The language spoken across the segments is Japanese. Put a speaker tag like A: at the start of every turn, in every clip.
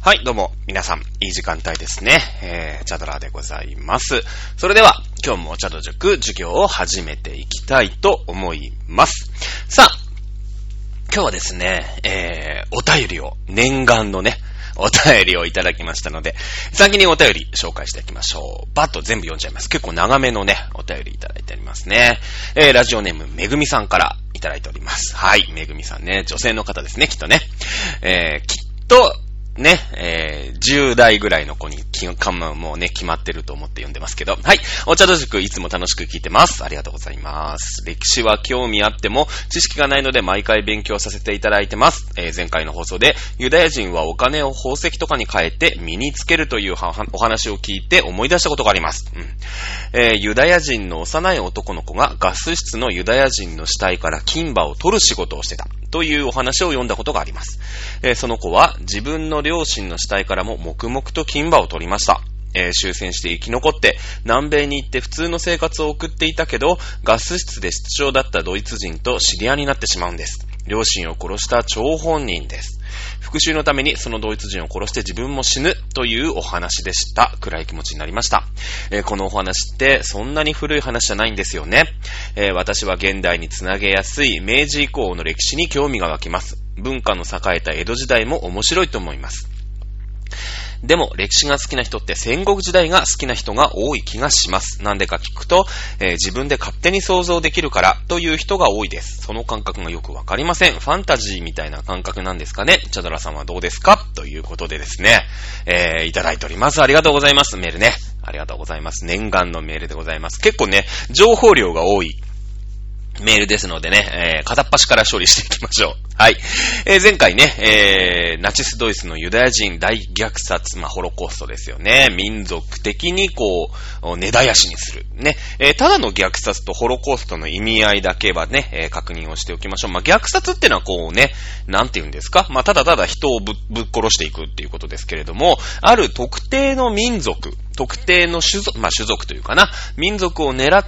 A: はい、どうも、皆さん、いい時間帯ですね。チャドラーでございます。それでは、今日もチャド塾授業を始めていきたいと思います。さあ、今日はですね、お便りを、念願のね、お便りをいただきましたので、先にお便り紹介していきましょう。バッと全部読んじゃいます。結構長めのね、お便りいただいておりますね。ラジオネームめぐみさんからいただいております。はい、めぐみさんね、女性の方ですね、きっとね。きっと、ね、10代ぐらいの子にもうね、決まってると思って読んでますけど。はい。お茶と塾いつも楽しく聞いてます。ありがとうございます。歴史は興味あっても知識がないので毎回勉強させていただいてます。前回の放送でユダヤ人はお金を宝石とかに変えて身につけるというお話を聞いて思い出したことがあります。ユダヤ人の幼い男の子がガス室のユダヤ人の死体から金歯を取る仕事をしてたというお話を読んだことがあります。その子は自分の両親の死体からも黙々と金歯を取りました。終戦して生き残って南米に行って普通の生活を送っていたけど、ガス室で室長だったドイツ人と知り合いになってしまうんです。両親を殺した張本人です。復讐のためにそのドイツ人を殺して自分も死ぬというお話でした。暗い気持ちになりました。このお話ってそんなに古い話じゃないんですよね。私は現代につなげやすい明治以降の歴史に興味が湧きます。文化の栄えた江戸時代も面白いと思います。でも歴史が好きな人って戦国時代が好きな人が多い気がします。なんでか聞くと、自分で勝手に想像できるからという人が多いです。その感覚がよくわかりません。ファンタジーみたいな感覚なんですかね。チャドラさんはどうですかということでですね、いただいております。ありがとうございます。メールね。ありがとうございます。念願のメールでございます。結構ね、情報量が多いメールですのでね、片っ端から処理していきましょう。はい。前回ね、ナチスドイツのユダヤ人大虐殺、ホロコーストですよね。民族的に根絶やしにする。ね。ただの虐殺とホロコーストの意味合いだけはね、確認をしておきましょう。虐殺ってのはなんて言うんですか？ただただ人をぶっ殺していくっていうことですけれども、ある特定の民族、特定の種族というかな、民族を狙って、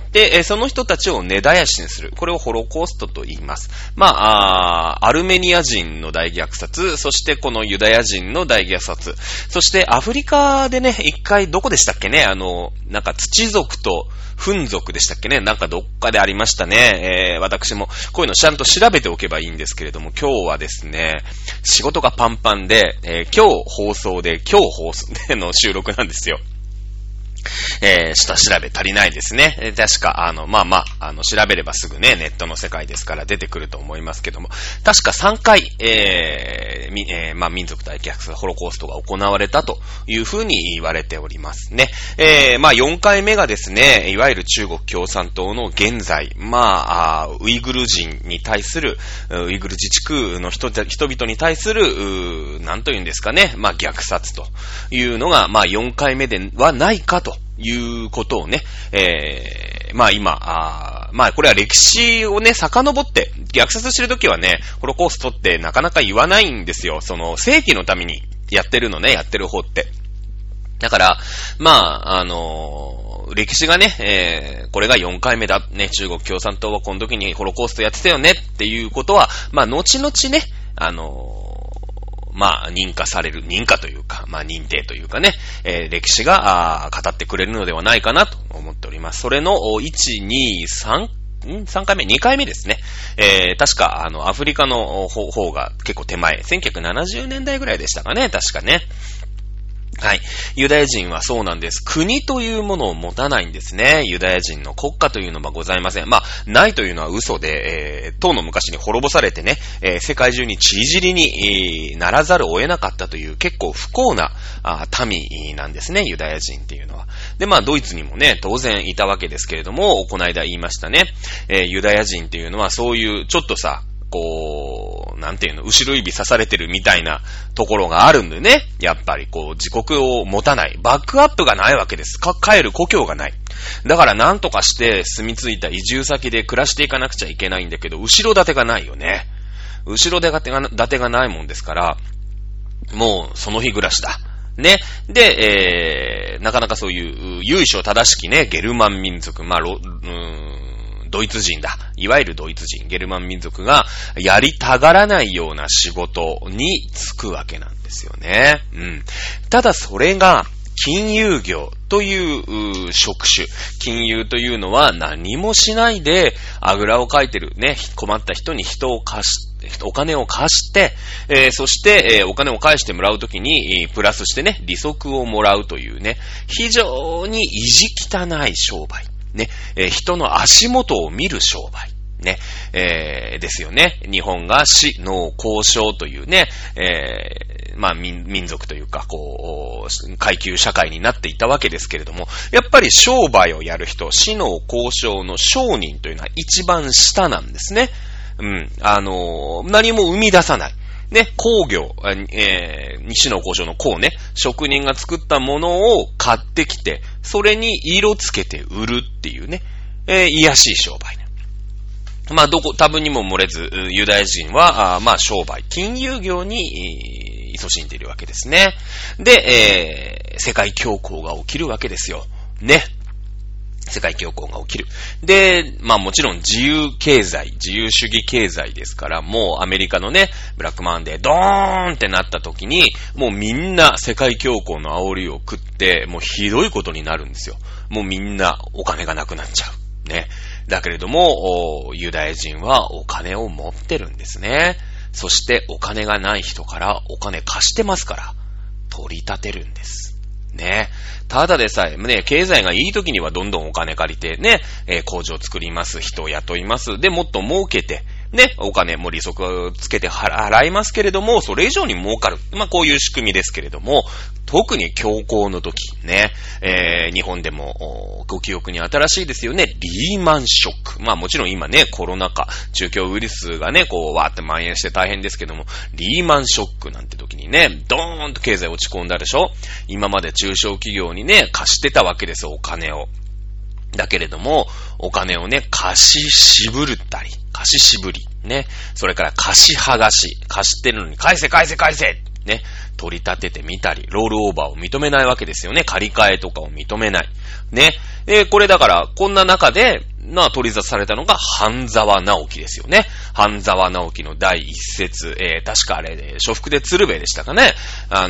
A: その人たちを根絶やしにする。これをホロコーストと言います。アルメニア人の大虐殺、そしてこのユダヤ人の大虐殺、そしてアフリカでね、一回どこでしたっけね、土族とフン族でしたっけね、どっかでありましたね。私もこういうのちゃんと調べておけばいいんですけれども、今日はですね、仕事がパンパンで、今日放送での収録なんですよ。下調べ足りないですね。確か、調べればすぐね、ネットの世界ですから出てくると思いますけども、確か3回、民族大虐殺、ホロコーストが行われたというふうに言われておりますね。4回目がですね、いわゆる中国共産党の現在、ウイグル人に対する、ウイグル自治区の人々に対する、なんというんですかね、虐殺というのが、4回目ではないかということをね、今、これは歴史をね、遡って、虐殺してるときはね、ホロコーストってなかなか言わないんですよ。その、正義のためにやってる方って。だから、歴史がね、これが4回目だ。ね、中国共産党はこの時にホロコーストやってたよねっていうことは、後々ね、認可というか、認定というかね、歴史が語ってくれるのではないかなと思っております。それの1、2、3回目 ?2 回目ですね。確か、アフリカの方が結構手前。1970年代ぐらいでしたかね、確かね。はい。ユダヤ人はそうなんです。国というものを持たないんですね。ユダヤ人の国家というのはございません。ないというのは嘘で、当の昔に滅ぼされてね、世界中に散り散りに、ならざるを得なかったという結構不幸な民なんですね、ユダヤ人っていうのは。で、ドイツにもね、当然いたわけですけれども、この間言いましたね。ユダヤ人っていうのはそういう、ちょっとさ、なんていうの、後ろ指刺されてるみたいなところがあるんでね。やっぱり自国を持たない。バックアップがないわけです。帰る故郷がない。だからなんとかして住み着いた移住先で暮らしていかなくちゃいけないんだけど、後ろ盾がないよね。後ろ盾がないもんですから、もうその日暮らしだ。ね。で、なかなかそういう由緒正しきね、ゲルマン民族、 ドイツ人だ。いわゆるドイツ人、ゲルマン民族がやりたがらないような仕事に就くわけなんですよね。ただそれが、金融業という職種。金融というのは何もしないであぐらをかいてるね、困った人にお金を貸して、そして、お金を返してもらうときに、プラスしてね、利息をもらうというね、非常に意地汚い商売。ね、人の足元を見る商売。ね、ですよね。日本が市農交渉というね、民族というか、階級社会になっていたわけですけれども、やっぱり商売をやる人、市農交渉の商人というのは一番下なんですね。何も生み出さない。ね、工業、市農交渉の工ね、職人が作ったものを買ってきて、それに色つけて売るっていうね、卑しい商売。多分にも漏れず、ユダヤ人は、商売、金融業に、勤しんでいるわけですね。で、世界恐慌が起きるわけですよ。ね。世界恐慌が起きる。で、もちろん自由主義経済ですから、もうアメリカのね、ブラックマンデードーンってなった時に、もうみんな世界恐慌の煽りを食って、もうひどいことになるんですよ。もうみんなお金がなくなっちゃう。ね。だけれども、ユダヤ人はお金を持ってるんですね。そしてお金がない人からお金貸してますから、取り立てるんです。ね。ただでさえ、ね、経済がいい時にはどんどんお金借りてね、工場作ります、人を雇います。で、もっと儲けて、ね、お金も利息をつけて払いますけれども、それ以上に儲かる。こういう仕組みですけれども、特に恐慌の時、ね、日本でもご記憶に新しいですよね、リーマンショック。もちろん今ね、コロナ禍、中京ウイルスがね、わーって蔓延して大変ですけども、リーマンショックなんて時にね、ドーンと経済落ち込んだでしょ。今まで中小企業にね、貸してたわけですよ、お金を。だけれども、お金をね、貸し渋り、ね。それから貸し剥がし、貸してるのに返せね。取り立ててみたり、ロールオーバーを認めないわけですよね。借り換えとかを認めない。ね。これだから、こんな中で、取り沙汰されたのが、半沢直樹ですよね。半沢直樹の第一節、確かあれで、書福で鶴瓶でしたかね。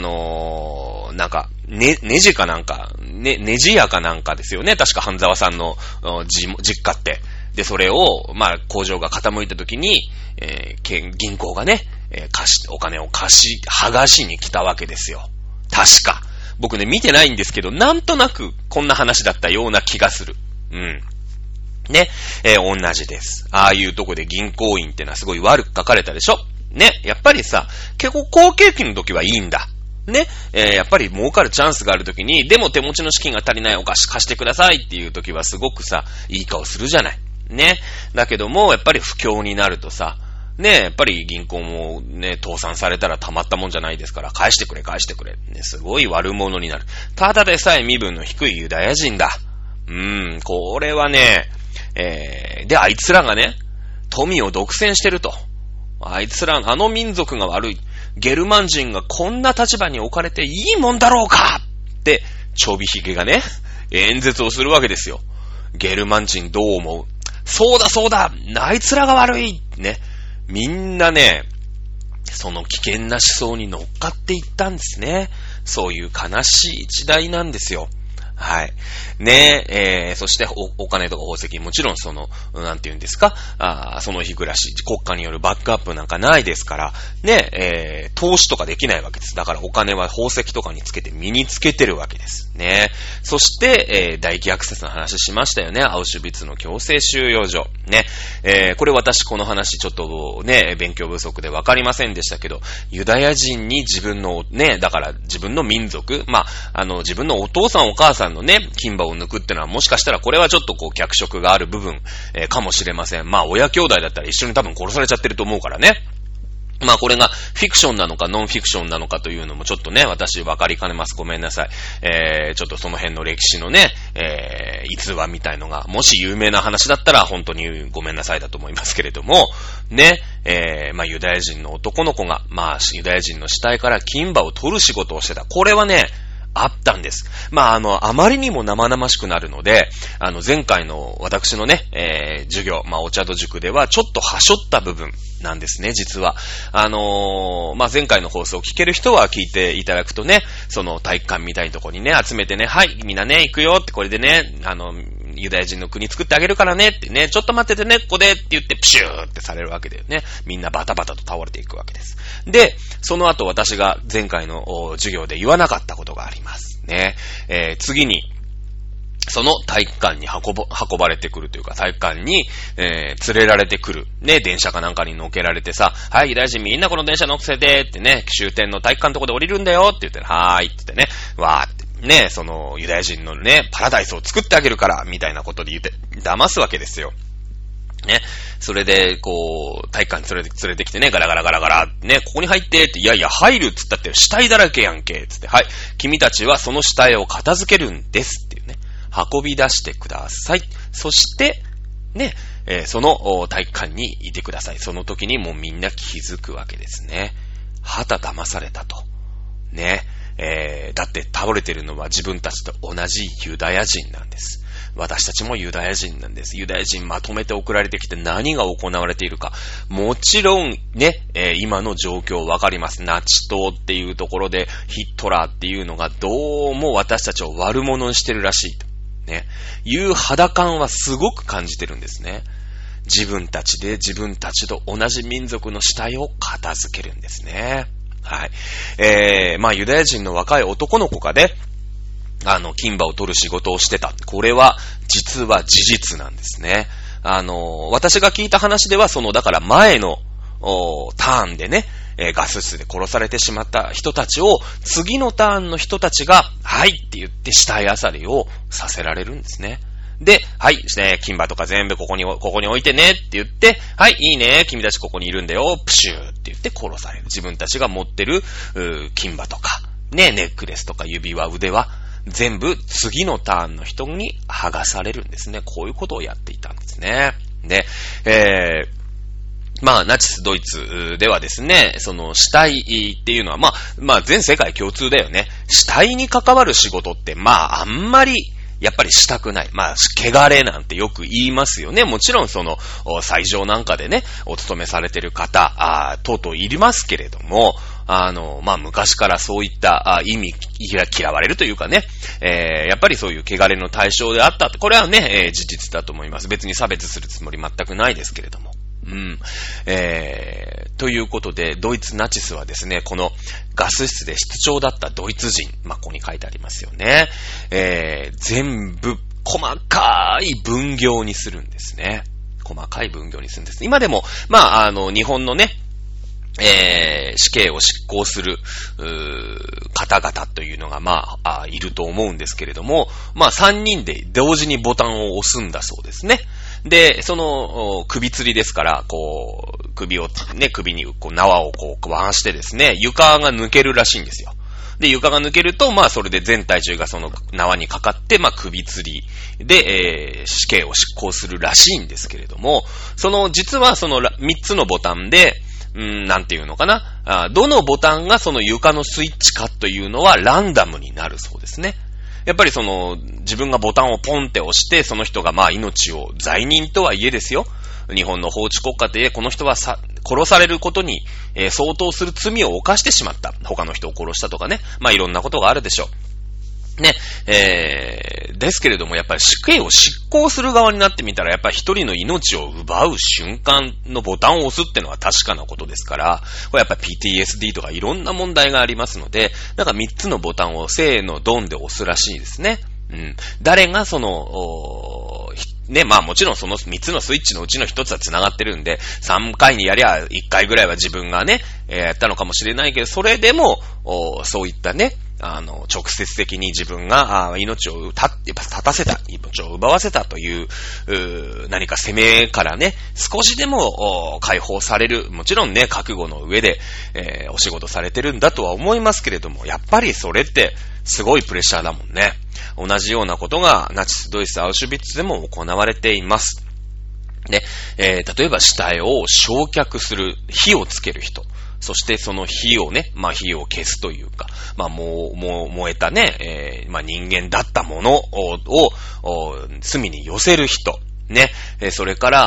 A: ネジかなんか、ネジ屋かなんかですよね。確か半沢さんの実家って。で、それを、工場が傾いた時に、銀行がね、お金を剥がしに来たわけですよ。確か。僕ね、見てないんですけど、なんとなくこんな話だったような気がする。ね、同じです。ああいうとこで銀行員ってのはすごい悪く書かれたでしょ。ね、やっぱりさ、結構好景気の時はいいんだ。ね、やっぱり儲かるチャンスがある時に、でも手持ちの資金が足りない、貸してくださいっていう時はすごくさ、いい顔するじゃない。ね。だけども、やっぱり不況になるとさ、ね、やっぱり銀行もね、倒産されたらたまったもんじゃないですから、返してくれ。ね、すごい悪者になる。ただでさえ身分の低いユダヤ人だ。これはね、で、あいつらがね、富を独占してると。あいつら、あの民族が悪い。ゲルマン人がこんな立場に置かれていいもんだろうかって、ちょびひげがね、演説をするわけですよ。ゲルマン人どう思う？そうだあいつらが悪いね。みんなね、その危険な思想に乗っかっていったんですね。そういう悲しい時代なんですよ。はい。ねそしてお金とか宝石、もちろんなんて言うんですか、その日暮らし、国家によるバックアップなんかないですから、ね投資とかできないわけです。だからお金は宝石とかにつけて身につけてるわけです。ね。そして、大虐殺の話しましたよね。アウシュビッツの強制収容所。ね。これ私この話ちょっとね、勉強不足でわかりませんでしたけど、ユダヤ人に自分のね、だから自分の民族、自分のお父さんお母さんのね、金馬を抜くってのはもしかしたらこれはちょっと脚色がある部分、かもしれません。親兄弟だったら一緒に多分殺されちゃってると思うからね。これがフィクションなのかノンフィクションなのかというのもちょっとね、私分かりかねます。ごめんなさい。ちょっとその辺の歴史のね、逸話みたいのが、もし有名な話だったら本当にごめんなさいだと思いますけれども、ね、ユダヤ人の男の子が、ユダヤ人の死体から金馬を取る仕事をしてた。これはね、 あったんです。あまりにも生々しくなるので、前回の私のね、授業、お茶戸塾ではちょっとはしょった部分なんですね、実は。前回の放送を聞ける人は聞いていただくとね、その体育館みたいなところにね、集めてね、はい、みんなね、行くよって、これでね、ユダヤ人の国作ってあげるからねってね、ちょっと待っててね、ここでって言って、プシューってされるわけだよね。みんなバタバタと倒れていくわけです。で、その後私が前回の授業で言わなかったことがありますね。次に、その体育館に運ばれてくるというか、体育館に、連れられてくる。ね、電車かなんかに乗けられてさ、はい、ユダヤ人みんなこの電車乗せてってね、終点の体育館のとこで降りるんだよって言って、はーいって言ってね、わーって。ね、そのユダヤ人のね、パラダイスを作ってあげるから、みたいなことで言って、騙すわけですよ。ね。それで、体育館に連れてきてね、ガラガラガラガラ、ね、ここに入ってって、いやいや、入るっつったって死体だらけやんけ、つって、はい、君たちはその死体を片付けるんですっていうね、運び出してください。そして、ね、その体育館にいてください。その時にもうみんな気づくわけですね。はた騙されたと。ね。だって倒れてるのは自分たちと同じユダヤ人なんです。私たちもユダヤ人なんです。ユダヤ人まとめて送られてきて何が行われているか。もちろんね、今の状況わかります。ナチ党っていうところでヒットラーっていうのがどうも私たちを悪者にしてるらしいと。ね。いう肌感はすごく感じてるんですね。自分たちで自分たちと同じ民族の死体を片付けるんですね。はい。ユダヤ人の若い男の子がね、金馬を取る仕事をしてた。これは、実は事実なんですね。私が聞いた話では、だから前の、ターンでね、ガス室で殺されてしまった人たちを、次のターンの人たちが、はいって言って死体漁りをさせられるんですね。で、はい、金馬とか全部ここに置いてねって言って、はい、いいね、君たちここにいるんだよ、プシューって言って殺される。自分たちが持ってる、金馬とか、ね、ネックレスとか指輪、腕輪、全部次のターンの人に剥がされるんですね。こういうことをやっていたんですね。で、ナチスドイツではですね、その死体っていうのは、全世界共通だよね。死体に関わる仕事って、あんまり、やっぱりしたくない。汚れなんてよく言いますよね。もちろん斎場なんかでね、お勤めされてる方、等々いますけれども、昔からそういった嫌われるというかね、やっぱりそういう汚れの対象であったって、これはね、事実だと思います。別に差別するつもり全くないですけれども。ということで、ドイツナチスはですね、このガス室で室長だったドイツ人、ここに書いてありますよね。全部細かい分業にするんですね。細かい分業にするんです。今でも、日本のね、死刑を執行する方々というのがいると思うんですけれども、3人で同時にボタンを押すんだそうですね。で、首吊りですから、首に縄を回してですね、床が抜けるらしいんですよ。で、床が抜けると、それで全体重がその縄にかかって、首吊りで、死刑を執行するらしいんですけれども、実は3つのボタンで、なんていうのかな。どのボタンがその床のスイッチかというのはランダムになるそうですね。やっぱり自分がボタンをポンって押して、その人が命を、罪人とはいえですよ。日本の法治国家でこの人は殺されることに、相当する罪を犯してしまった。他の人を殺したとかね。いろんなことがあるでしょう。ね。ですけれども、やっぱり死刑を執行する側になってみたら、やっぱり一人の命を奪う瞬間のボタンを押すってのは確かなことですから、これやっぱり PTSD とかいろんな問題がありますので、3つのボタンをせーのドンで押すらしいですね。誰がもちろんその3つのスイッチのうちの1つは繋がってるんで、3回にやりゃ1回ぐらいは自分がね、やったのかもしれないけど、それでも、そういったね、直接的に自分が命を絶たせた、命を奪わせたという、何か責めからね、少しでも解放される、もちろんね、覚悟の上で、お仕事されてるんだとは思いますけれども、やっぱりそれってすごいプレッシャーだもんね。同じようなことがナチスドイツアウシュビッツでも行われています。で、例えば死体を焼却する、火をつける人。 そしてその火をね、まあ火を消すというか、まあ燃えたね、まあ人間だったものを隅に寄せる人。ね。それから、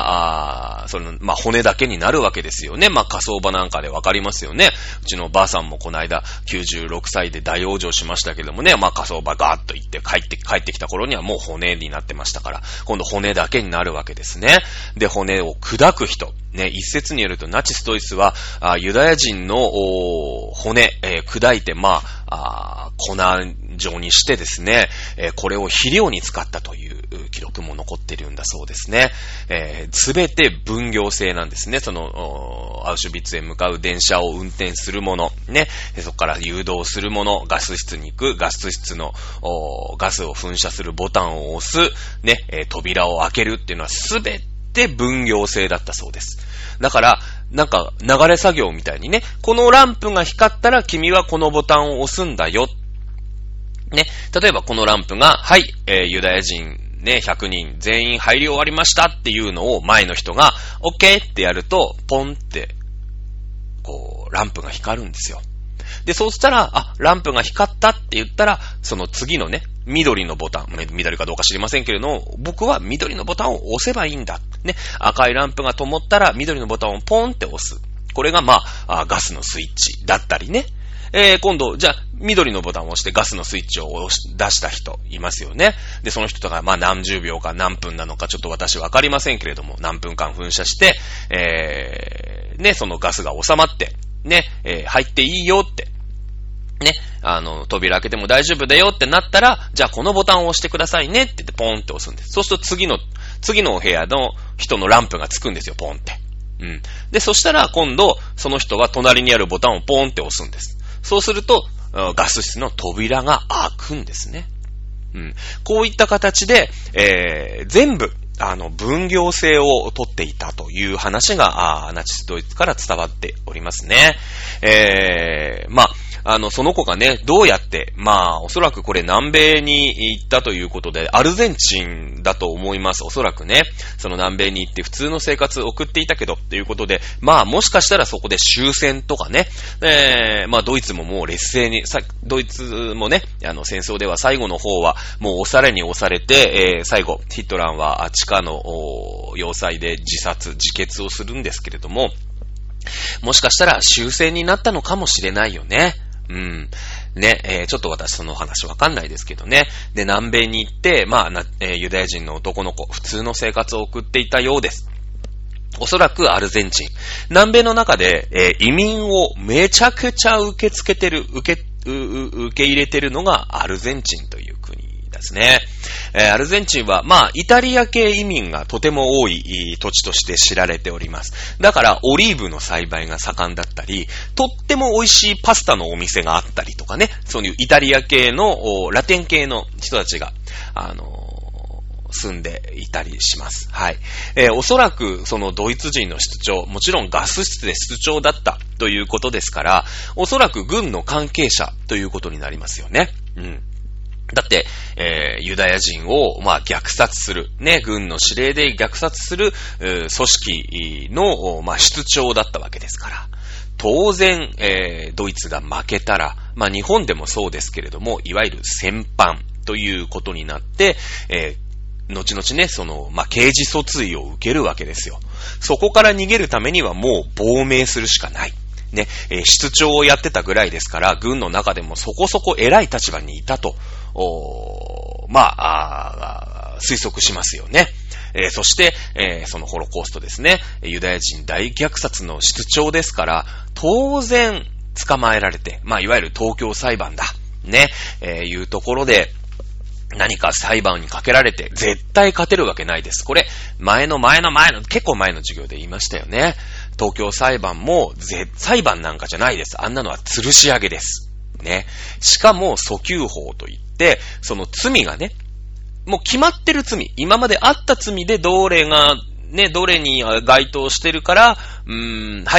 A: まあ、骨だけになるわけですよね。まあ、火葬場なんかでわかりますよね。うちのばあさんもこの間、96歳で大往生しましたけどもね、まあ、火葬場ガーッと行って帰ってきた頃にはもう骨になってましたから、今度骨だけになるわけですね。で、骨を砕く人。ね、一説によるとナチスドイツは、ユダヤ人の骨、砕いて、まあ、粉状にしてですね、これを肥料に使ったという記録も残っているんだそうですね。すべて分業制なんですね。その、アウシュビッツへ向かう電車を運転するもの、ね、そこから誘導するもの、ガス室に行く、ガス室のガスを噴射するボタンを押す、ね、扉を開けるっていうのはすべて分業制だったそうです。だから、なんか流れ作業みたいにね、このランプが光ったら君はこのボタンを押すんだよ。ね、例えばこのランプが、はい、ユダヤ人ね、100人全員入り終わりましたっていうのを前の人が、OK ってやると、ポンって、こう、ランプが光るんですよ。で、そうしたら、ランプが光ったって言ったら、その次のね、緑のボタン、緑かどうか知りませんけれども、僕は緑のボタンを押せばいいんだ。ね、赤いランプが灯ったら緑のボタンをポンって押す。これがまあ、ガスのスイッチだったりね。今度、じゃあ、緑のボタンを押してガスのスイッチを出した人いますよね。で、その人がまあ何十秒か何分なのかちょっと私わかりませんけれども、何分間噴射して、ね、そのガスが収まって、ね、入っていいよって、ね、扉開けても大丈夫だよってなったら、じゃあこのボタンを押してくださいねって言ってポンって押すんです。そうすると次のお部屋の人のランプがつくんですよ、ポンって。うん。で、そしたら今度、その人は隣にあるボタンをポンって押すんです。そうすると、ガス室の扉が開くんですね。うん。こういった形で、全部、分業制をとっていたという話が、ナチスドイツから伝わっておりますね。まあ、その子がね、どうやって、まあ、おそらくこれ南米に行ったということで、アルゼンチンだと思います。おそらくね、その南米に行って普通の生活を送っていたけど、ということで、まあ、もしかしたらそこで終戦とかね、まあ、ドイツももう劣勢に、ドイツもね、戦争では最後の方は、もう押されに押されて、最後、ヒトラーは地下の要塞で自決をするんですけれども、もしかしたら終戦になったのかもしれないよね。うん。ね、ちょっと私その話わかんないですけどね。で、南米に行って、まあ、ユダヤ人の男の子、普通の生活を送っていたようです。おそらくアルゼンチン。南米の中で、移民をめちゃくちゃ受け入れてるのがアルゼンチンという国ですね。アルゼンチンは、まあ、イタリア系移民がとても多い土地として知られております。だから、オリーブの栽培が盛んだったり、とっても美味しいパスタのお店があったりとかね、そういうイタリア系の、ラテン系の人たちが、住んでいたりします。はい。おそらく、そのドイツ人の室長、もちろんガス室で室長だったということですから、おそらく軍の関係者ということになりますよね。うん。だって、ユダヤ人を、まあ、虐殺する。ね、軍の指令で虐殺する、組織の、まあ、室長だったわけですから。当然、ドイツが負けたら、まあ、日本でもそうですけれども、いわゆる戦犯ということになって、後々ね、まあ、刑事訴追を受けるわけですよ。そこから逃げるためにはもう亡命するしかない。ね、室長をやってたぐらいですから、軍の中でもそこそこ偉い立場にいたと、まあ、推測しますよね。そして、そのホロコーストですね。ユダヤ人大虐殺の室長ですから、当然捕まえられて、まあ、いわゆる東京裁判だ。ね、いうところで、何か裁判にかけられて、絶対勝てるわけないです。これ、結構前の授業で言いましたよね。東京裁判も、裁判なんかじゃないです。あんなのは吊るし上げです。ね。しかも、訴求法といって、その罪がね、もう決まってる罪、今まであった罪でどれに該当してるから、はい、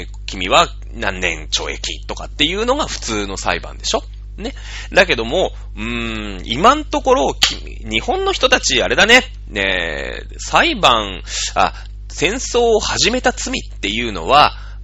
A: 君は何年懲役とかっていうのが普通の裁判でしょ？ね。だけども、今のところ、日本の人たち、あれだね、戦争を始めた罪っていうのは、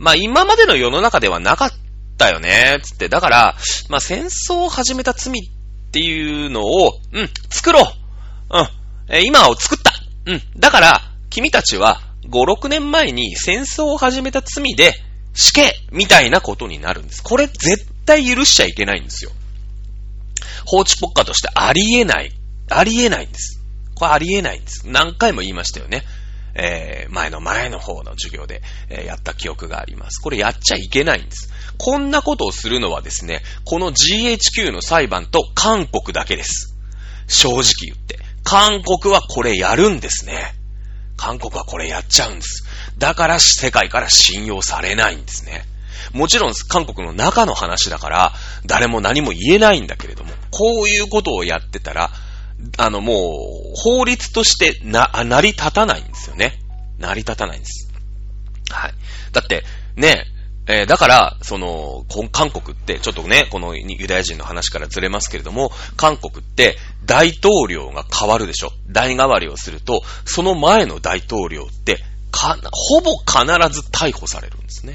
A: 今までの世の中ではなかったよね、つって。だから、戦争を始めた罪っていうのを、作ろう。今を作った。だから、君たちは、5、6年前に戦争を始めた罪で死刑みたいなことになるんです。これ絶対許しちゃいけないんですよ。法治国家としてありえない。ありえないんです。これありえないんです。何回も言いましたよね。前の方の授業で、やった記憶があります。これやっちゃいけないんです。こんなことをするのはですね、この GHQ の裁判と韓国だけです。正直言って。韓国はこれやるんですね。韓国はこれやっちゃうんです。だから世界から信用されないんですね。もちろん韓国の中の話だから誰も何も言えないんだけれども、こういうことをやってたらもう法律として成り立たないんですよね。成り立たないんです。はい。だってね、だから韓国ってちょっとね、このユダヤ人の話からずれますけれども、韓国って大統領が変わるでしょ。代替わりをすると、その前の大統領ってほぼ必ず逮捕されるんですね。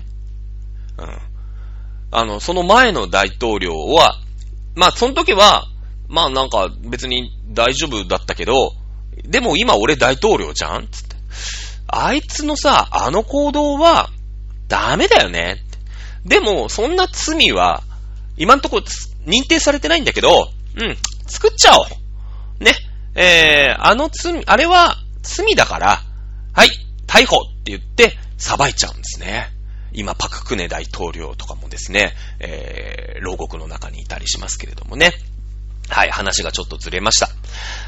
A: その前の大統領は、その時はなんか別に大丈夫だったけど、でも今俺大統領じゃんつって。あいつのさ、行動はダメだよね。でもそんな罪は今んとこ認定されてないんだけど、作っちゃおう。ね。あれは罪だから、はい、逮捕って言って裁いちゃうんですね。今パククネ大統領とかもですね、牢獄の中にいたりしますけれどもね。はい、話がちょっとずれました。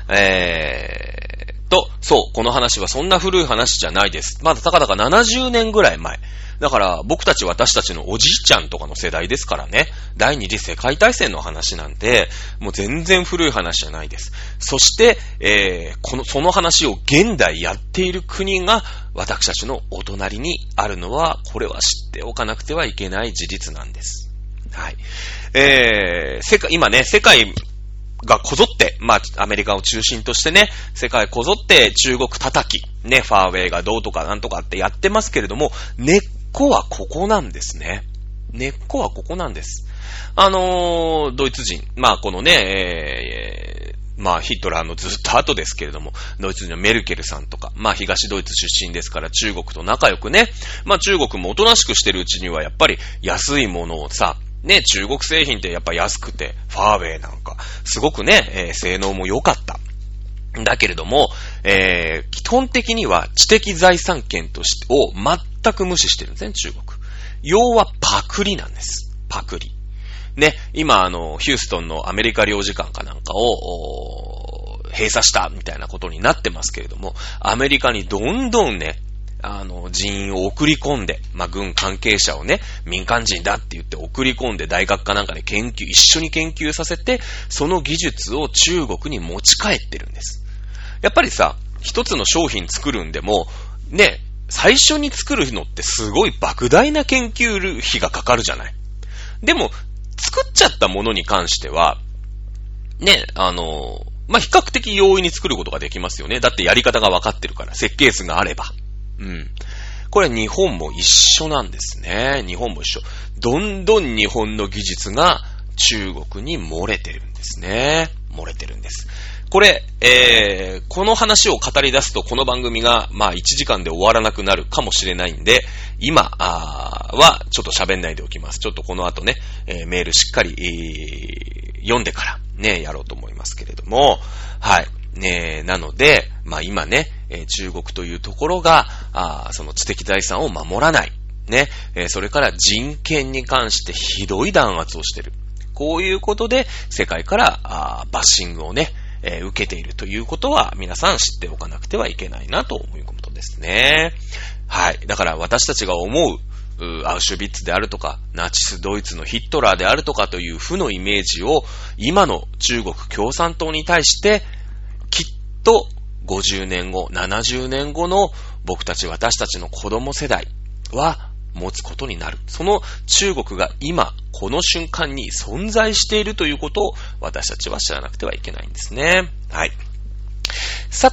A: そう、この話はそんな古い話じゃないです。まだたかだか70年ぐらい前。だから私たちのおじいちゃんとかの世代ですからね。第二次世界大戦の話なんで、もう全然古い話じゃないです。そして、その話を現代やっている国が私たちのお隣にあるのは、これは知っておかなくてはいけない事実なんです。はい。今ね、世界がこぞって、アメリカを中心としてね、世界こぞって中国叩き、ね、ファーウェイがどうとかなんとかってやってますけれども、根っこはここなんですね。根っこはここなんです。ドイツ人、このね、ヒトラーのずっと後ですけれども、ドイツ人のメルケルさんとか、東ドイツ出身ですから中国と仲良くね、中国もおとなしくしてるうちにはやっぱり安いものをさ、ね、中国製品ってやっぱ安くて、ファーウェイなんか、すごくね、性能も良かった。だけれども、基本的には知的財産権としてを全く無視してるんですね、中国。要はパクリなんです。パクリ。ね、今ヒューストンのアメリカ領事館かなんかを、閉鎖したみたいなことになってますけれども、アメリカにどんどんね、人員を送り込んで、軍関係者をね、民間人だって言って送り込んで大学かなんかで一緒に研究させて、その技術を中国に持ち帰ってるんです。やっぱりさ、一つの商品作るんでも、ね、最初に作るのってすごい莫大な研究費がかかるじゃない。でも、作っちゃったものに関しては、ね、比較的容易に作ることができますよね。だってやり方が分かってるから、設計図があれば。これ日本も一緒なんですね。日本も一緒。どんどん日本の技術が中国に漏れてるんですね。漏れてるんです。これ、この話を語り出すとこの番組が1時間で終わらなくなるかもしれないんで、今はちょっと喋んないでおきます。ちょっとこの後ね、メールしっかり、読んでからね、やろうと思いますけれども、はい。ね、なので、今ね、中国というところが、その知的財産を守らない。ね、それから人権に関してひどい弾圧をしている。こういうことで、世界からバッシングをね、受けているということは、皆さん知っておかなくてはいけないなと思い込むことですね。はい。だから私たちが思う、アウシュビッツであるとか、ナチスドイツのヒットラーであるとかという負のイメージを、今の中国共産党に対して、きっと50年後、70年後の私たちの子供世代は持つことになる。その中国が今、この瞬間に存在しているということを私たちは知らなくてはいけないんですね。はい。さて、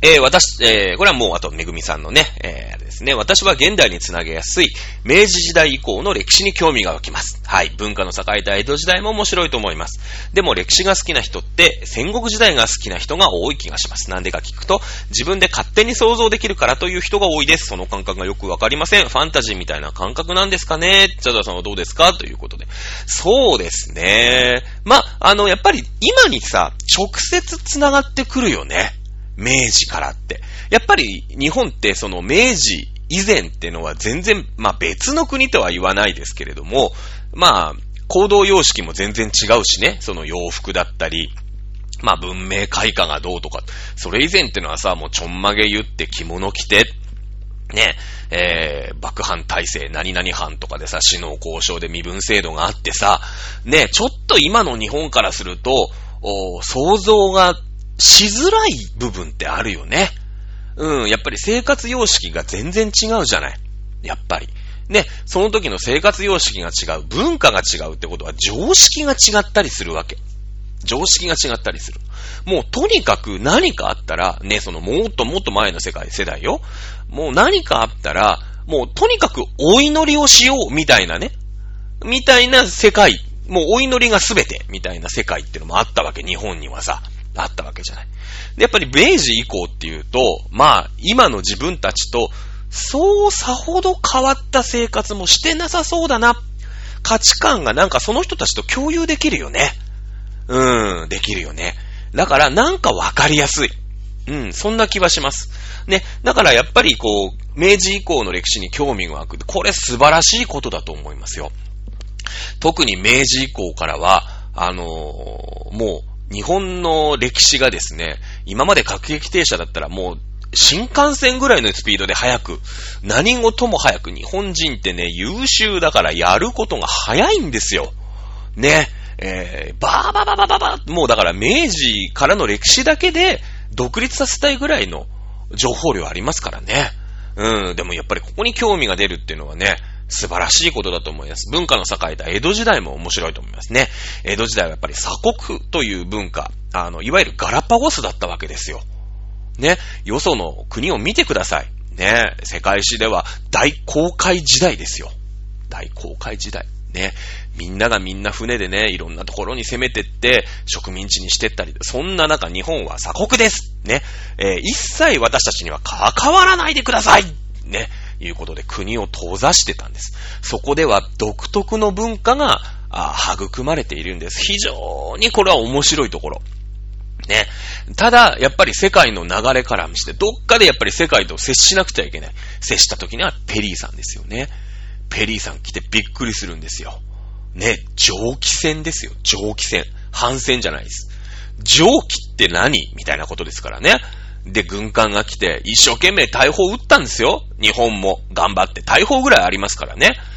A: これはもうあとめぐみさんのね、あれですね。私は現代につなげやすい明治時代以降の歴史に興味が湧きます。はい。文化の栄えた江戸時代も面白いと思います。でも歴史が好きな人って戦国時代が好きな人が多い気がします。なんでか聞くと自分で勝手に想像できるからという人が多いです。その感覚がよくわかりません。ファンタジーみたいな感覚なんですかね。チャドラさんはどうですかということで。そうですね。やっぱり今にさ、直接つながってくるよね。明治からって。やっぱり日本ってその明治以前ってのは全然、別の国とは言わないですけれども、行動様式も全然違うしね、その洋服だったり、文明開化がどうとか、それ以前ってのはさ、もうちょんまげ言って着物着て、ね、幕藩体制何々藩とかでさ、死の交渉で身分制度があってさ、ね、ちょっと今の日本からすると、想像がしづらい部分ってあるよね。やっぱり生活様式が全然違うじゃない。やっぱり。ね、その時の生活様式が違う、文化が違うってことは常識が違ったりするわけ。常識が違ったりする。もうとにかく何かあったら、ね、そのもっともっと前の世代よ。もう何かあったら、もうとにかくお祈りをしようみたいなね。みたいな世界。もうお祈りが全てみたいな世界っていうのもあったわけ。日本にはさ。あったわけじゃない。で、やっぱり明治以降っていうと、今の自分たちと、そうさほど変わった生活もしてなさそうだな。価値観がなんかその人たちと共有できるよね。できるよね。だからなんかわかりやすい。そんな気はします。ね、だからやっぱり明治以降の歴史に興味が湧く。これ素晴らしいことだと思いますよ。特に明治以降からは、もう、日本の歴史がですね、今まで各駅停車だったらもう新幹線ぐらいのスピードで早く、何事も早く、日本人ってね、優秀だからやることが早いんですよ。ね、バーもうだから明治からの歴史だけで独立させたいぐらいの情報量ありますからね。でもやっぱりここに興味が出るっていうのはね、素晴らしいことだと思います。文化の栄えた江戸時代も面白いと思いますね。江戸時代はやっぱり鎖国という文化、いわゆるガラパゴスだったわけですよ。ね、よその国を見てください。ね、世界史では大航海時代ですよ。大航海時代。ね、みんながみんな船でね、いろんなところに攻めてって植民地にしてったり、そんな中日本は鎖国です。ね、一切私たちには関わらないでください。ね。いうことで国を閉ざしてたんです。そこでは独特の文化が育まれているんです。非常にこれは面白いところ。ね。ただ、やっぱり世界の流れから見して、どっかでやっぱり世界と接しなくちゃいけない。接した時にはペリーさんですよね。ペリーさん来てびっくりするんですよ。ね。蒸気船ですよ。蒸気船。帆船じゃないです。蒸気って何みたいなことですからね。で、軍艦が来て、一生懸命大砲撃ったんですよ。日本も頑張って。大砲ぐらいありますからね。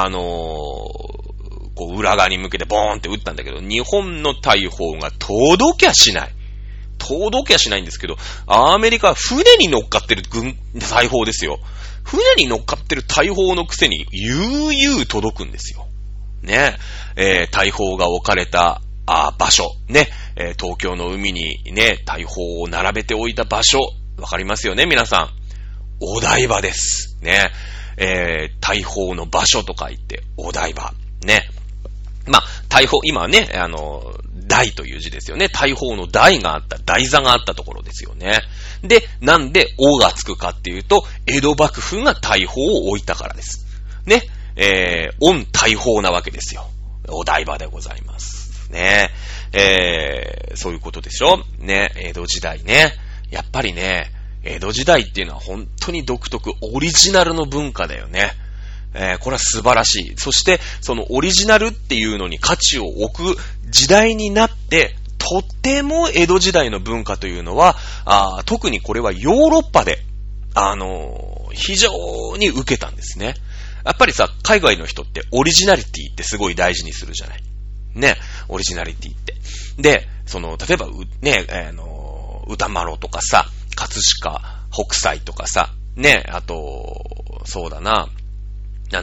A: 裏側に向けてボーンって撃ったんだけど、日本の大砲が届きゃしない。届きゃしないんですけど、アメリカは船に乗っかってる大砲ですよ。船に乗っかってる大砲のくせに、悠々届くんですよ。ね。大砲が置かれた、場所。ね。東京の海にね、大砲を並べておいた場所。わかりますよね、皆さん。お台場です。ね。大砲の場所と書いて、お台場。ね。大砲、今はね、台という字ですよね。大砲の台があった、台座があったところですよね。で、なんで、おがつくかっていうと、江戸幕府が大砲を置いたからです。ね。御大砲なわけですよ。お台場でございます。ね。そういうことでしょね。江戸時代ね。やっぱりね、江戸時代っていうのは本当に独特、オリジナルの文化だよね。これは素晴らしい。そして、そのオリジナルっていうのに価値を置く時代になって、とっても江戸時代の文化というのは、特にこれはヨーロッパで、非常に受けたんですね。やっぱりさ、海外の人ってオリジナリティってすごい大事にするじゃない。ね、オリジナリティって。で、例えば、ね、歌丸とかさ、葛飾北斎とかさ、ね、あと、そうだな、なんだろ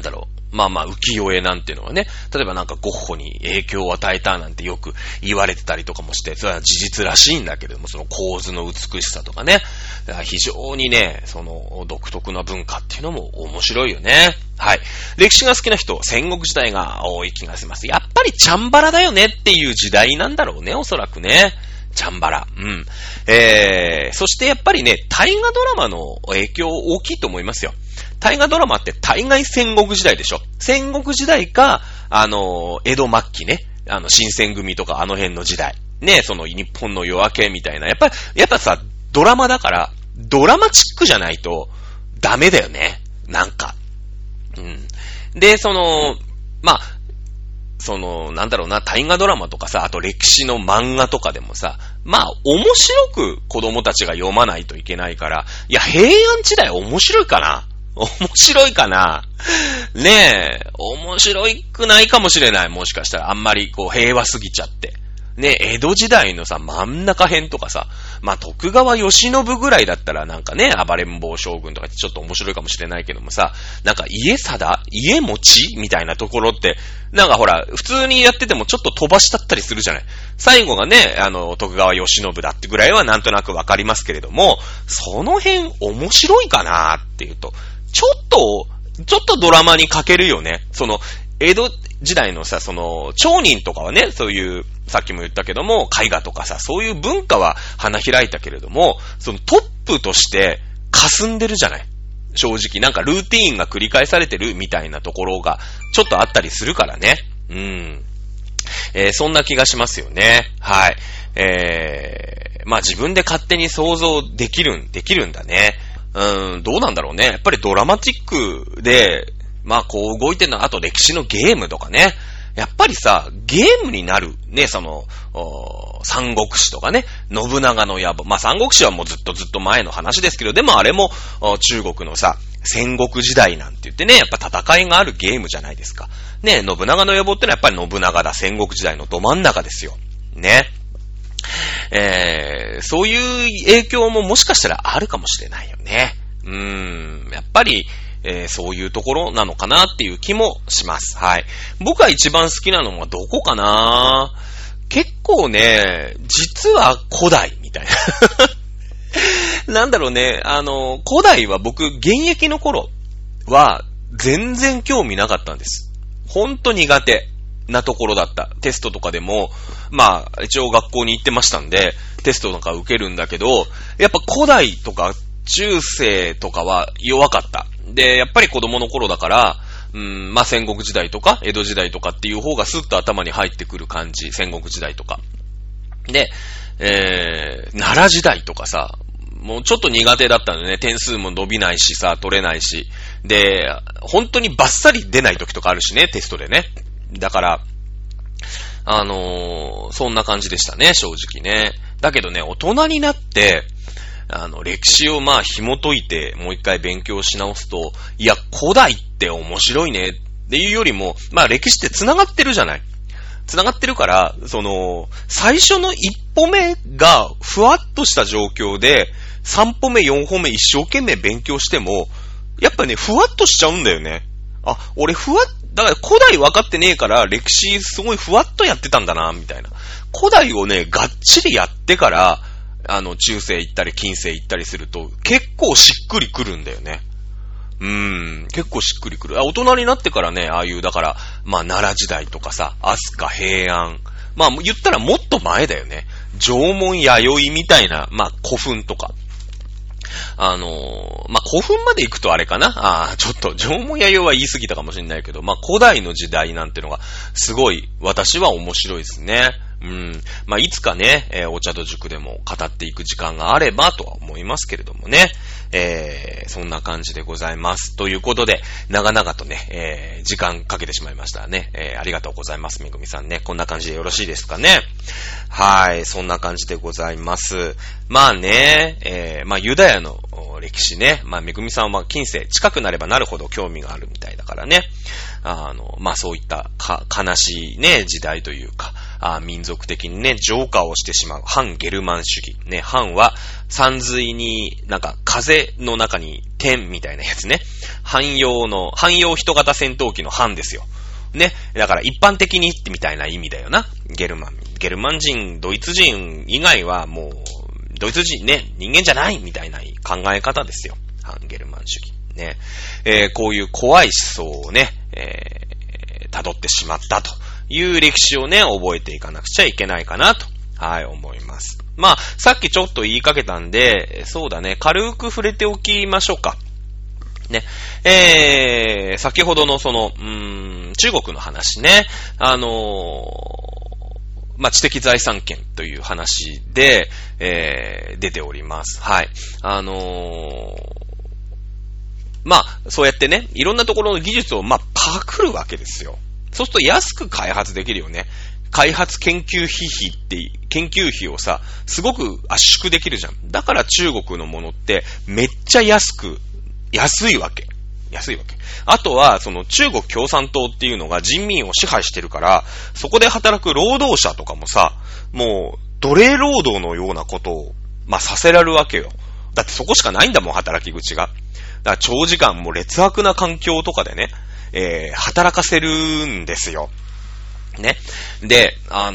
A: 浮世絵なんていうのはね、例えばなんかゴッホに影響を与えたなんてよく言われてたりとかもして、それは事実らしいんだけれども、その構図の美しさとかね、非常にね、その独特な文化っていうのも面白いよね。はい。歴史が好きな人、戦国時代が多い気がします。やっぱりチャンバラだよねっていう時代なんだろうね、おそらくね。チャンバラ。そしてやっぱりね、大河ドラマの影響大きいと思いますよ。大河ドラマって大概戦国時代でしょ。戦国時代か、江戸末期ね。新選組とかあの辺の時代。ね、その日本の夜明けみたいな。やっぱさ、ドラマだから、ドラマチックじゃないとダメだよね。なんか。で、なんだろうな、大河ドラマとかさ、あと歴史の漫画とかでもさ、面白く子供たちが読まないといけないから、いや、平安時代面白いかなねえ、面白くないかもしれない。もしかしたらあんまり平和すぎちゃって。ねえ、江戸時代のさ、真ん中辺とかさ、徳川慶喜ぐらいだったらなんかね、暴れん坊将軍とかってちょっと面白いかもしれないけどもさ、なんか家持みたいなところって、なんかほら、普通にやっててもちょっと飛ばしたったりするじゃない。最後がね、徳川慶喜だってぐらいはなんとなくわかりますけれども、その辺面白いかなっていうと、ちょっとドラマに欠けるよね。江戸時代のさ、町人とかはね、そういう、さっきも言ったけども、絵画とかさ、そういう文化は花開いたけれども、トップとして霞んでるじゃない。正直、なんかルーティーンが繰り返されてるみたいなところが、ちょっとあったりするからね。そんな気がしますよね。はい。自分で勝手に想像できるんだね。どうなんだろうね。やっぱりドラマチックで、動いてるのは、あと歴史のゲームとかね。やっぱりさ、ゲームになる。ね、三国志とかね、信長の野望。三国志はもうずっと前の話ですけど、でもあれも、中国のさ、戦国時代なんて言ってね、やっぱ戦いがあるゲームじゃないですか。ね、信長の野望ってのはやっぱり信長だ。戦国時代のど真ん中ですよ。ね。そういう影響ももしかしたらあるかもしれないよね。やっぱり、そういうところなのかなっていう気もします。はい。僕が一番好きなのはどこかな？結構ね、実は古代みたいな。なんだろうね、古代は僕、現役の頃は全然興味なかったんです。ほんと苦手なところだった。テストとかでも、一応学校に行ってましたんで、テストとか受けるんだけど、やっぱ古代とか中世とかは弱かった。で、やっぱり子供の頃だから、戦国時代とか、江戸時代とかっていう方がスッと頭に入ってくる感じ、戦国時代とか。で、奈良時代とかさ、もうちょっと苦手だったのね。点数も伸びないしさ、取れないし。で、本当にバッサリ出ない時とかあるしね、テストでね。だから、そんな感じでしたね、正直ね。だけどね、大人になって、歴史を紐解いてもう一回勉強し直すと、いや、古代って面白いねっていうよりも、歴史って繋がってるじゃない。繋がってるから、最初の一歩目がふわっとした状況で、3歩目、4歩目一生懸命勉強しても、やっぱね、ふわっとしちゃうんだよね。俺だから古代分かってねえから、歴史すごいふわっとやってたんだな、みたいな。古代をね、がっちりやってから、中世行ったり近世行ったりすると結構しっくりくるんだよね。結構しっくりくる。大人になってからね、ああいうだから奈良時代とかさ、飛鳥平安、言ったらもっと前だよね。縄文弥生みたいな古墳とか。古墳まで行くとあれかな。ちょっと縄文弥生は言い過ぎたかもしれないけど、古代の時代なんてのがすごい私は面白いですね。いつかね、お茶と塾でも語っていく時間があればとは思いますけれどもね。そんな感じでございます。ということで、長々とね、時間かけてしまいましたね。ありがとうございます、めぐみさんね。こんな感じでよろしいですかね。はい、そんな感じでございます。ユダヤの歴史ね。めぐみさんは近世近くなればなるほど興味があるみたいだからね。そういった悲しいね、時代というか、 民族的にね、浄化をしてしまう反ゲルマン主義。ね、反は山水になんか風の中に点みたいなやつね。汎用人型戦闘機の反ですよ。ね。だから一般的にみたいな意味だよな。ゲルマン人、ドイツ人以外はもう、ドイツ人ね、人間じゃないみたいな考え方ですよ。反ゲルマン主義。ね。こういう怖い思想をね、辿ってしまったという歴史をね、覚えていかなくちゃいけないかなと、はい、思います。まあ、さっきちょっと言いかけたんで、そうだね、軽く触れておきましょうか。ね。先ほどのその、中国の話ね。まあ、知的財産権という話で、出ております。はい。まあ、そうやってね、いろんなところの技術を、まあ、パクるわけですよ。そうすると安く開発できるよね。開発研究研究費をさ、すごく圧縮できるじゃん。だから中国のものってめっちゃ安いわけ。あとは、その中国共産党っていうのが人民を支配してるから、そこで働く労働者とかもさ、もう奴隷労働のようなことを、まあ、させられるわけよ。だってそこしかないんだもん、働き口が。だから長時間もう劣悪な環境とかでね、働かせるんですよ。ね。で、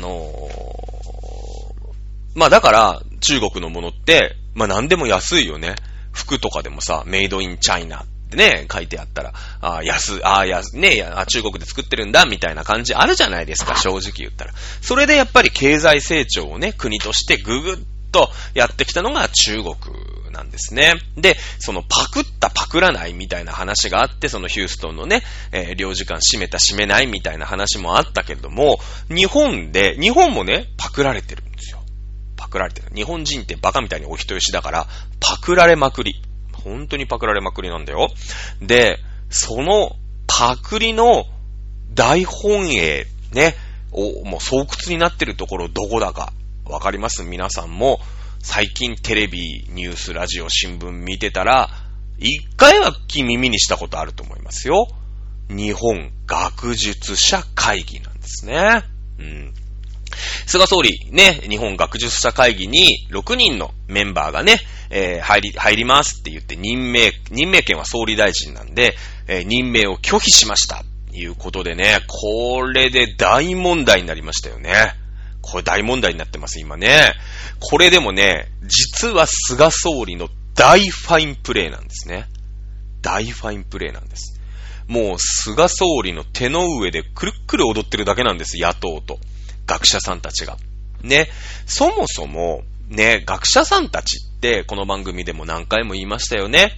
A: まあだから中国のものって、まあ何でも安いよね。服とかでもさ、メイドインチャイナってね、書いてあったら、中国で作ってるんだみたいな感じあるじゃないですか、正直言ったら。それでやっぱり経済成長をね、国としてぐぐっとやってきたのが中国なんですね。で、そのパクったパクらないみたいな話があって、そのヒューストンのね、領事館閉めた閉めないみたいな話もあったけれども、日本もね、パクられてるんですよ。パクられてる。日本人ってバカみたいにお人よしだから、パクられまくり。本当にパクられまくりなんだよ。で、そのパクリの大本営ね、もう巣窟になってるところどこだかわかります？皆さんも最近テレビ、ニュース、ラジオ、新聞見てたら、一回は耳にしたことあると思いますよ。日本学術者会議なんですね。菅総理ね、日本学術者会議に6人のメンバーがね、入りますって言って任命権は総理大臣なんで、任命を拒否しましたということでね、これで大問題になりましたよね。これ大問題になってます今ね。これでもね、実は菅総理の大ファインプレーなんですね。大ファインプレーなんです。もう菅総理の手の上でくるっくる踊ってるだけなんです、野党と学者さんたちが。ね、そもそもね、学者さんたちってこの番組でも何回も言いましたよね。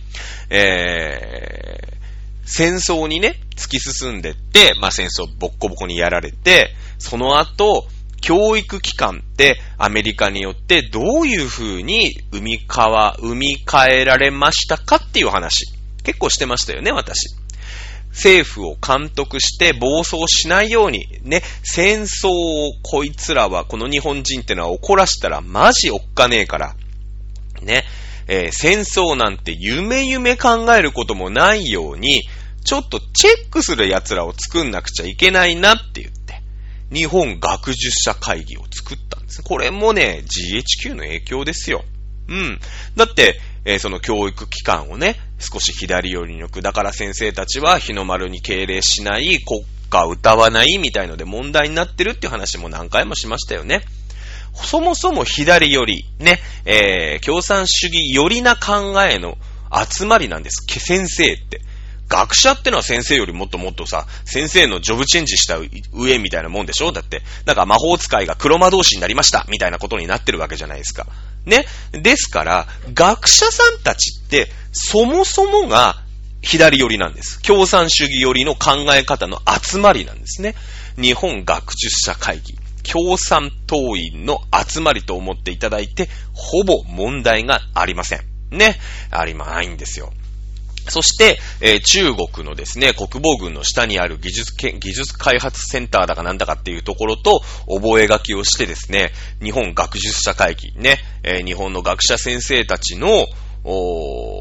A: 戦争にね、突き進んでって、まあ戦争ボッコボコにやられて、その後、教育機関ってアメリカによってどういう風に生み変えられましたかっていう話。結構してましたよね、私。政府を監督して暴走しないようにね、戦争をこいつらは、この日本人ってのは起こらしたらマジおっかねえから。ね、戦争なんて夢考えることもないように、ちょっとチェックする奴らを作んなくちゃいけないなって言って、日本学術者会議を作ったんです。これもね、GHQ の影響ですよ。だって、その教育機関をね、少し左寄りに置く。だから先生たちは日の丸に敬礼しない、国歌を歌わないみたいので問題になってるっていう話も何回もしましたよね。そもそも左寄り、ね、共産主義寄りな考えの集まりなんです。先生って。学者ってのは先生よりもっともっとさ、先生のジョブチェンジした上みたいなもんでしょ？だって、なんか魔法使いが黒魔導士になりましたみたいなことになってるわけじゃないですか。ね。ですから、学者さんたちって、そもそもが左寄りなんです。共産主義寄りの考え方の集まりなんですね。日本学術者会議。共産党員の集まりと思っていただいて、ほぼ問題がありません。ね。ないんですよ。そして、中国のですね、国防軍の下にある技術開発センターだかなんだかっていうところと覚書をしてですね、日本学術者会議ね、日本の学者先生たちの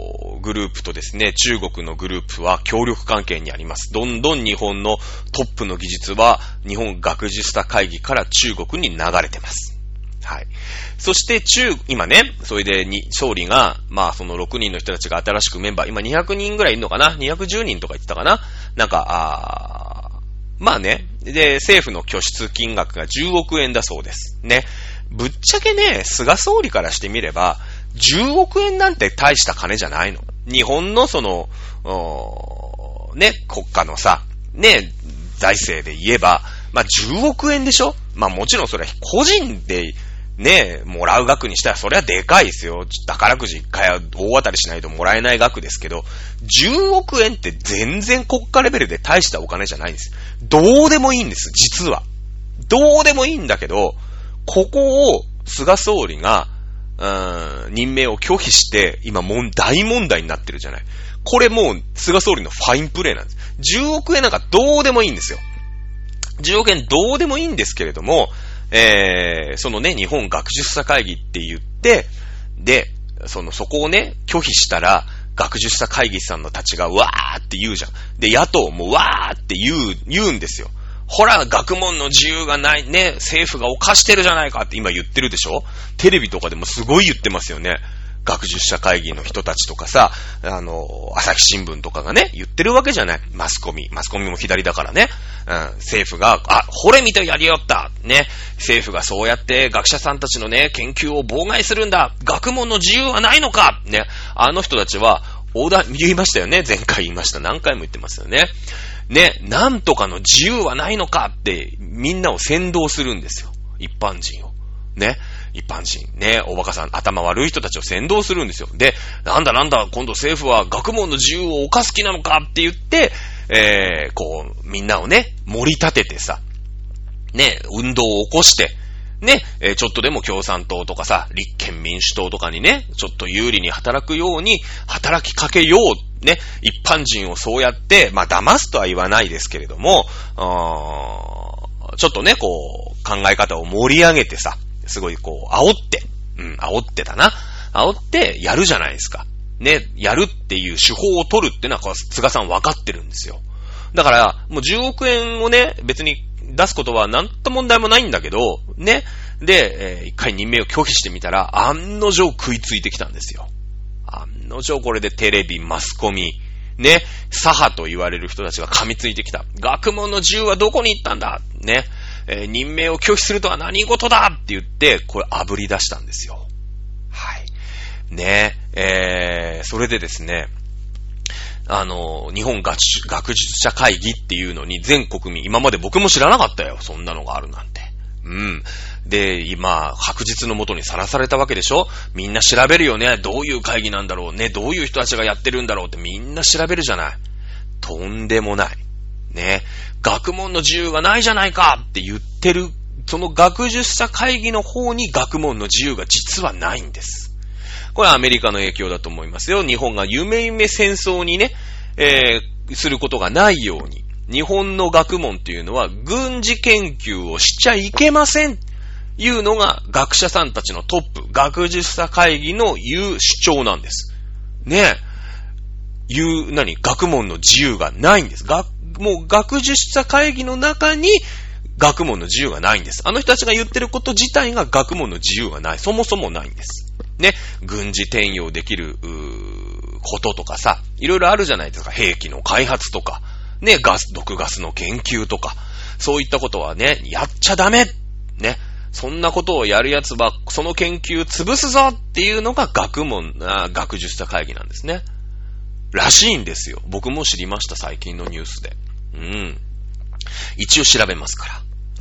A: グループとですね、中国のグループは協力関係にあります。どんどん日本のトップの技術は日本学術者会議から中国に流れてます。はい。そして今ね、それで総理が、まあその6人の人たちが新しくメンバー、今200人ぐらいいるのかな ?210 人とか言ってたかななんか、まあね、で、政府の拠出金額が10億円だそうです。ね。ぶっちゃけね、菅総理からしてみれば、10億円なんて大した金じゃないの。日本のその、ね、国家のさ、ね、財政で言えば、まあ10億円でしょ？まあもちろんそれは個人で、ね、もらう額にしたらそれはでかいですよ。宝くじ1回は大当たりしないともらえない額ですけど、10億円って全然国家レベルで大したお金じゃないんです。どうでもいいんです、実は。どうでもいいんだけど、ここを菅総理が、任命を拒否して、今大問題になってるじゃない。これもう菅総理のファインプレーなんです。10億円なんかどうでもいいんですよ。10億円どうでもいいんですけれども、そのね、日本学術者会議って言って、で、そこをね、拒否したら、学術者会議さんのたちがわーって言うじゃん。で、野党もわーって言うんですよ。ほら、学問の自由がないね、政府が犯してるじゃないかって今言ってるでしょ？テレビとかでもすごい言ってますよね。学術者会議の人たちとかさ、朝日新聞とかがね、言ってるわけじゃない。マスコミも左だからね。政府が、ほれ見てやりよった。ね。政府がそうやって学者さんたちのね、研究を妨害するんだ。学問の自由はないのか。ね。あの人たちは、言いましたよね。前回言いました。何回も言ってますよね。ね。なんとかの自由はないのかって、みんなを扇動するんですよ。一般人を。ね。一般人。ね。おバカさん、頭悪い人たちを扇動するんですよ。で、なんだ、今度政府は学問の自由を犯す気なのかって言って、みんなをね、盛り立ててさ、ね、運動を起こして、ね、ちょっとでも共産党とかさ、立憲民主党とかにね、ちょっと有利に働くように働きかけよう。ね、一般人をそうやって、まあ、騙すとは言わないですけれども、ちょっとね、考え方を盛り上げてさ、すごい煽ってたな。煽ってやるじゃないですか。ね、やるっていう手法を取るっていうのは、菅さん分かってるんですよ。だから、もう10億円をね、別に出すことはなんと問題もないんだけど、ね。で、一回任命を拒否してみたら、案の定食いついてきたんですよ。案の定これでテレビ、マスコミ、ね、左派と言われる人たちが噛みついてきた。学問の自由はどこに行ったんだね。任命を拒否するとは何事だって言って、これ炙り出したんですよ。はい。ね、それでですね、日本学術者会議っていうのに全国民、今まで僕も知らなかったよ。そんなのがあるなんて。うん。で、今、白日の下にさらされたわけでしょ？みんな調べるよね。どういう会議なんだろうね。どういう人たちがやってるんだろうってみんな調べるじゃない。とんでもない。ね。学問の自由がないじゃないかって言ってる、その学術者会議の方に学問の自由が実はないんです。これはアメリカの影響だと思いますよ。日本が夢戦争にね、することがないように。日本の学問っていうのは軍事研究をしちゃいけません。いうのが学者さんたちのトップ、学術者会議の言う主張なんです。ねえ。学問の自由がないんです。もう学術者会議の中に学問の自由がないんです。あの人たちが言ってること自体が学問の自由がない。そもそもないんです。ね。軍事転用できる、こととかさ、いろいろあるじゃないですか。兵器の開発とか、ね、毒ガスの研究とか、そういったことはね、やっちゃダメね。そんなことをやるやつは、その研究潰すぞっていうのが学術者会議なんですね。らしいんですよ。僕も知りました、最近のニュースで。うん。一応調べますから。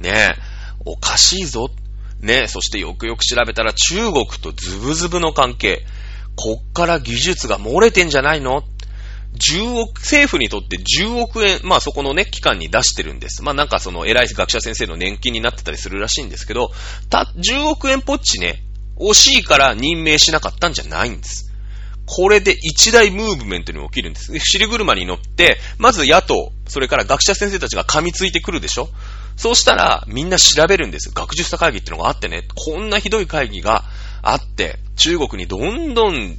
A: ねえ。おかしいぞ。ねえ。そしてよくよく調べたら中国とズブズブの関係。こっから技術が漏れてんじゃないの？政府にとって10億円、まあそこのね、機関に出してるんです。まあなんかその偉い学者先生の年金になってたりするらしいんですけど、10億円ポッチね、惜しいから任命しなかったんじゃないんです。これで一大ムーブメントに起きるんです。尻車に乗って、まず野党、それから学者先生たちが噛みついてくるでしょ？そうしたらみんな調べるんです。学術者会議ってのがあってね、こんなひどい会議があって、中国にどんどん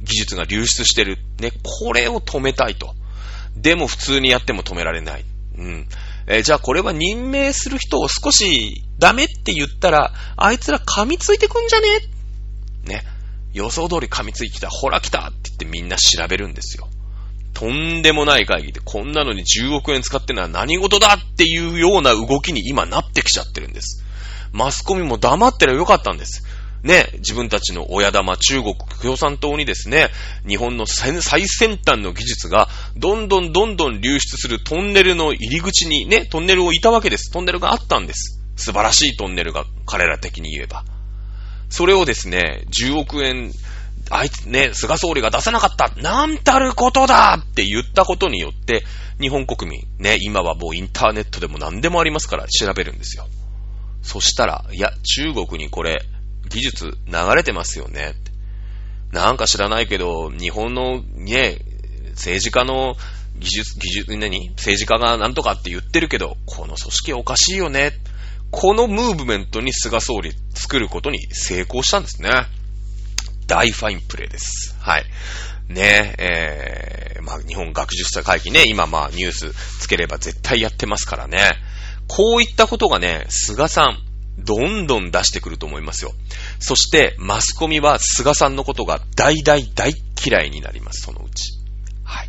A: 技術が流出してる。ね、これを止めたいと。でも普通にやっても止められない。じゃあこれは任命する人を少しダメって言ったら、あいつら噛みついてくんじゃねね。予想通り噛みついてきた。ほら来たって言ってみんな調べるんですよ。とんでもない会議でこんなのに10億円使ってのは何事だっていうような動きに今なってきちゃってるんです。マスコミも黙ってりゃよかったんです。ね、自分たちの親玉中国共産党にですね、日本の最先端の技術がどんどん流出するトンネルの入り口にね、トンネルをいたわけです。トンネルがあったんです。素晴らしいトンネルが彼ら的に言えば。それをですね、10億円、あいつね、菅総理が出さなかった、なんたることだって言ったことによって、日本国民、ね、今はもうインターネットでも何でもありますから調べるんですよ。そしたら、いや、中国にこれ、技術流れてますよね。なんか知らないけど、日本のね、政治家の政治家がなんとかって言ってるけど、この組織おかしいよね。このムーブメントに菅総理作ることに成功したんですね。大ファインプレーです。はい。ね日本学術者会議ね、今ニュースつければ絶対やってますからね。こういったことがね、菅さん、どんどん出してくると思いますよ。そして、マスコミは菅さんのことが大嫌いになります、そのうち。はい。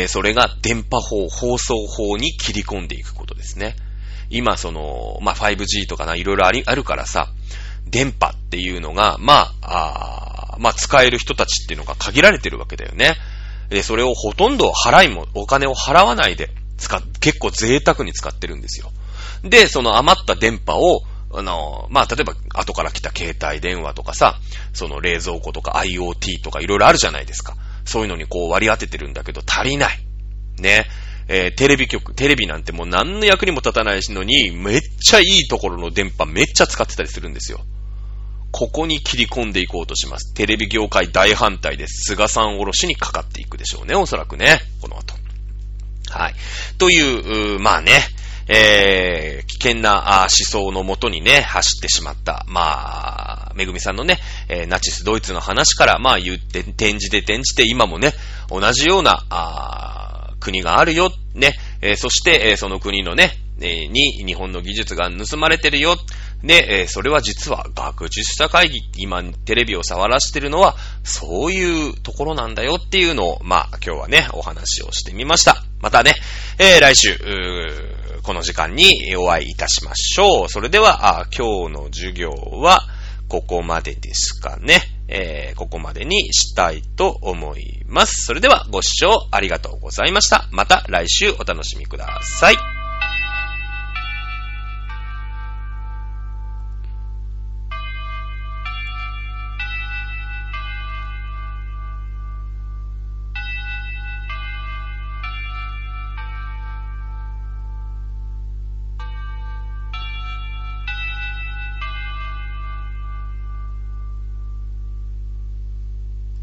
A: それが電波法、放送法に切り込んでいくことですね。今、5G とかいろいろあるからさ、電波っていうのが、使える人たちっていうのが限られてるわけだよね。で、それをほとんどお金を払わないで結構贅沢に使ってるんですよ。で、その余った電波を、例えば、後から来た携帯電話とかさ、その冷蔵庫とか IoT とかいろいろあるじゃないですか。そういうのにこう割り当ててるんだけど足りない。ね。テレビなんてもう何の役にも立たないのに、めっちゃいいところの電波めっちゃ使ってたりするんですよ。ここに切り込んでいこうとします。テレビ業界大反対です。菅さんおろしにかかっていくでしょうね、おそらくね。この後。はい。という、危険な思想のもとにね、走ってしまった。めぐみさんのね、ナチスドイツの話から、言って転じて今もね、同じような、国があるよ、ね、そして、その国のね、に日本の技術が盗まれてるよ。で、それは実は学術者会議、今テレビを触らせてるのは、そういうところなんだよっていうのを、今日はね、お話をしてみました。またね、来週、この時間にお会いいたしましょう。それでは、今日の授業はここまでですかね。ここまでにしたいと思います。それではご視聴ありがとうございました。また来週お楽しみください。